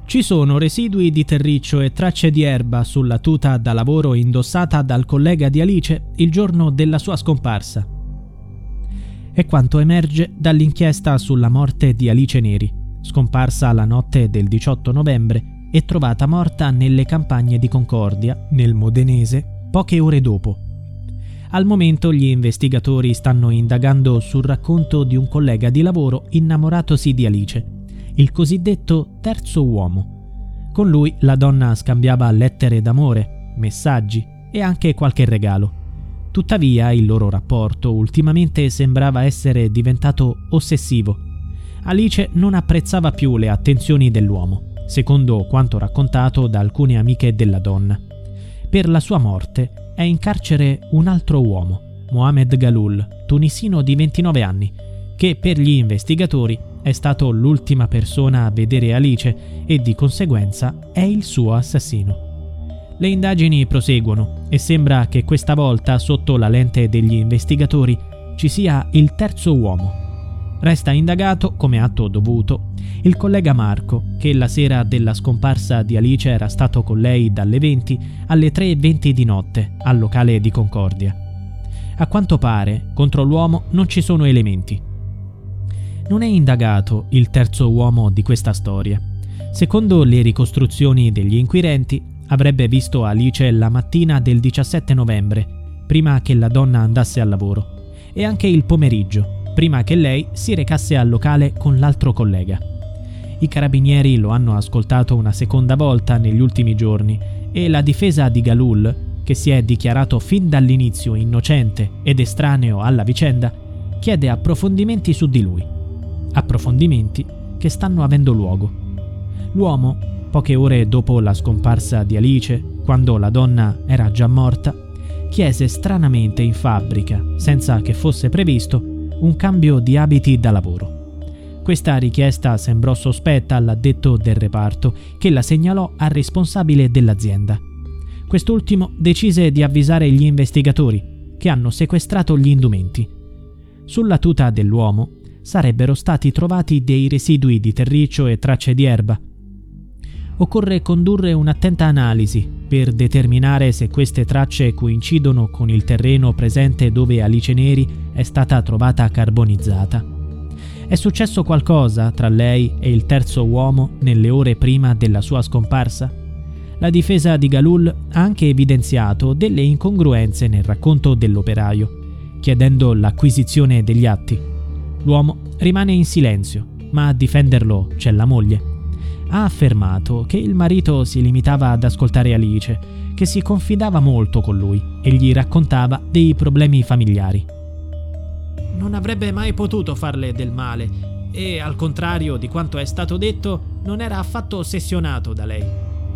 Ci sono residui di terriccio e tracce di erba sulla tuta da lavoro indossata dal collega di Alice il giorno della sua scomparsa. È quanto emerge dall'inchiesta sulla morte di Alice Neri, scomparsa la notte del 18 novembre e trovata morta nelle campagne di Concordia, nel Modenese, poche ore dopo. Al momento gli investigatori stanno indagando sul racconto di un collega di lavoro innamoratosi di Alice, il cosiddetto terzo uomo. Con lui la donna scambiava lettere d'amore, messaggi e anche qualche regalo. Tuttavia il loro rapporto ultimamente sembrava essere diventato ossessivo. Alice non apprezzava più le attenzioni dell'uomo, secondo quanto raccontato da alcune amiche della donna. Per la sua morte è in carcere un altro uomo, Mohamed Galul, tunisino di 29 anni, che per gli investigatori è stato l'ultima persona a vedere Alice e di conseguenza è il suo assassino. Le indagini proseguono e sembra che questa volta sotto la lente degli investigatori ci sia il terzo uomo. Resta indagato, come atto dovuto, il collega Marco, che la sera della scomparsa di Alice era stato con lei dalle 20 alle 3:20 di notte al locale di Concordia. A quanto pare, contro l'uomo non ci sono elementi. Non è indagato il terzo uomo di questa storia. Secondo le ricostruzioni degli inquirenti, avrebbe visto Alice la mattina del 17 novembre, prima che la donna andasse al lavoro, e anche il pomeriggio, prima che lei si recasse al locale con l'altro collega. I carabinieri lo hanno ascoltato una seconda volta negli ultimi giorni e la difesa di Galul, che si è dichiarato fin dall'inizio innocente ed estraneo alla vicenda, chiede approfondimenti su di lui. Approfondimenti che stanno avendo luogo. L'uomo, poche ore dopo la scomparsa di Alice, quando la donna era già morta, chiese stranamente in fabbrica, senza che fosse previsto, un cambio di abiti da lavoro. Questa richiesta sembrò sospetta all'addetto del reparto, che la segnalò al responsabile dell'azienda. Quest'ultimo decise di avvisare gli investigatori, che hanno sequestrato gli indumenti. Sulla tuta dell'uomo sarebbero stati trovati dei residui di terriccio e tracce di erba. Occorre condurre un'attenta analisi per determinare se queste tracce coincidono con il terreno presente dove Alice Neri è stata trovata carbonizzata. È successo qualcosa tra lei e il terzo uomo nelle ore prima della sua scomparsa? La difesa di Galul ha anche evidenziato delle incongruenze nel racconto dell'operaio, chiedendo l'acquisizione degli atti. L'uomo rimane in silenzio, ma a difenderlo c'è la moglie. Ha affermato che il marito si limitava ad ascoltare Alice, che si confidava molto con lui e gli raccontava dei problemi familiari. Non avrebbe mai potuto farle del male e, al contrario di quanto è stato detto, non era affatto ossessionato da lei.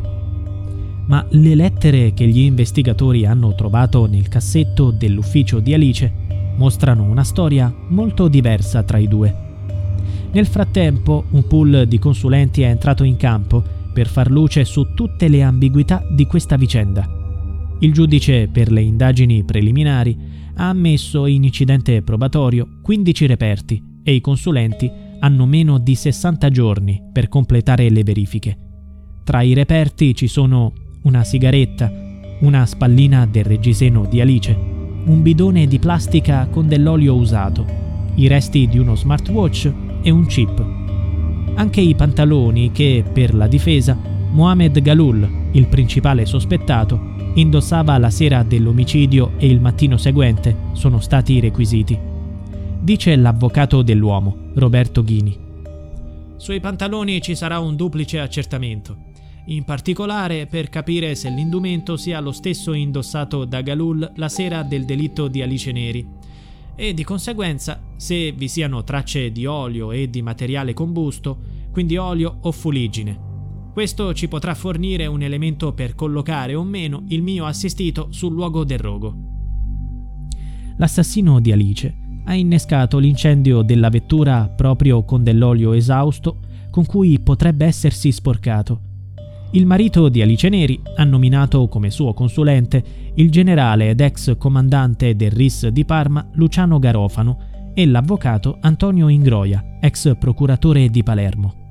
Ma le lettere che gli investigatori hanno trovato nel cassetto dell'ufficio di Alice mostrano una storia molto diversa tra i due. Nel frattempo, un pool di consulenti è entrato in campo per far luce su tutte le ambiguità di questa vicenda. Il giudice per le indagini preliminari ha ammesso in incidente probatorio 15 reperti e i consulenti hanno meno di 60 giorni per completare le verifiche. Tra i reperti ci sono una sigaretta, una spallina del reggiseno di Alice, un bidone di plastica con dell'olio usato, i resti di uno smartwatch e un chip. Anche i pantaloni che, per la difesa, Mohamed Galul, il principale sospettato, indossava la sera dell'omicidio e il mattino seguente sono stati requisiti. Dice l'avvocato dell'uomo, Roberto Ghini. Sui pantaloni ci sarà un duplice accertamento, in particolare per capire se l'indumento sia lo stesso indossato da Galul la sera del delitto di Alice Neri e di conseguenza se vi siano tracce di olio e di materiale combusto, quindi olio o fuliggine. Questo ci potrà fornire un elemento per collocare o meno il mio assistito sul luogo del rogo. L'assassino di Alice ha innescato l'incendio della vettura proprio con dell'olio esausto con cui potrebbe essersi sporcato. Il marito di Alice Neri ha nominato come suo consulente il generale ed ex comandante del RIS di Parma Luciano Garofano e l'avvocato Antonio Ingroia, ex procuratore di Palermo.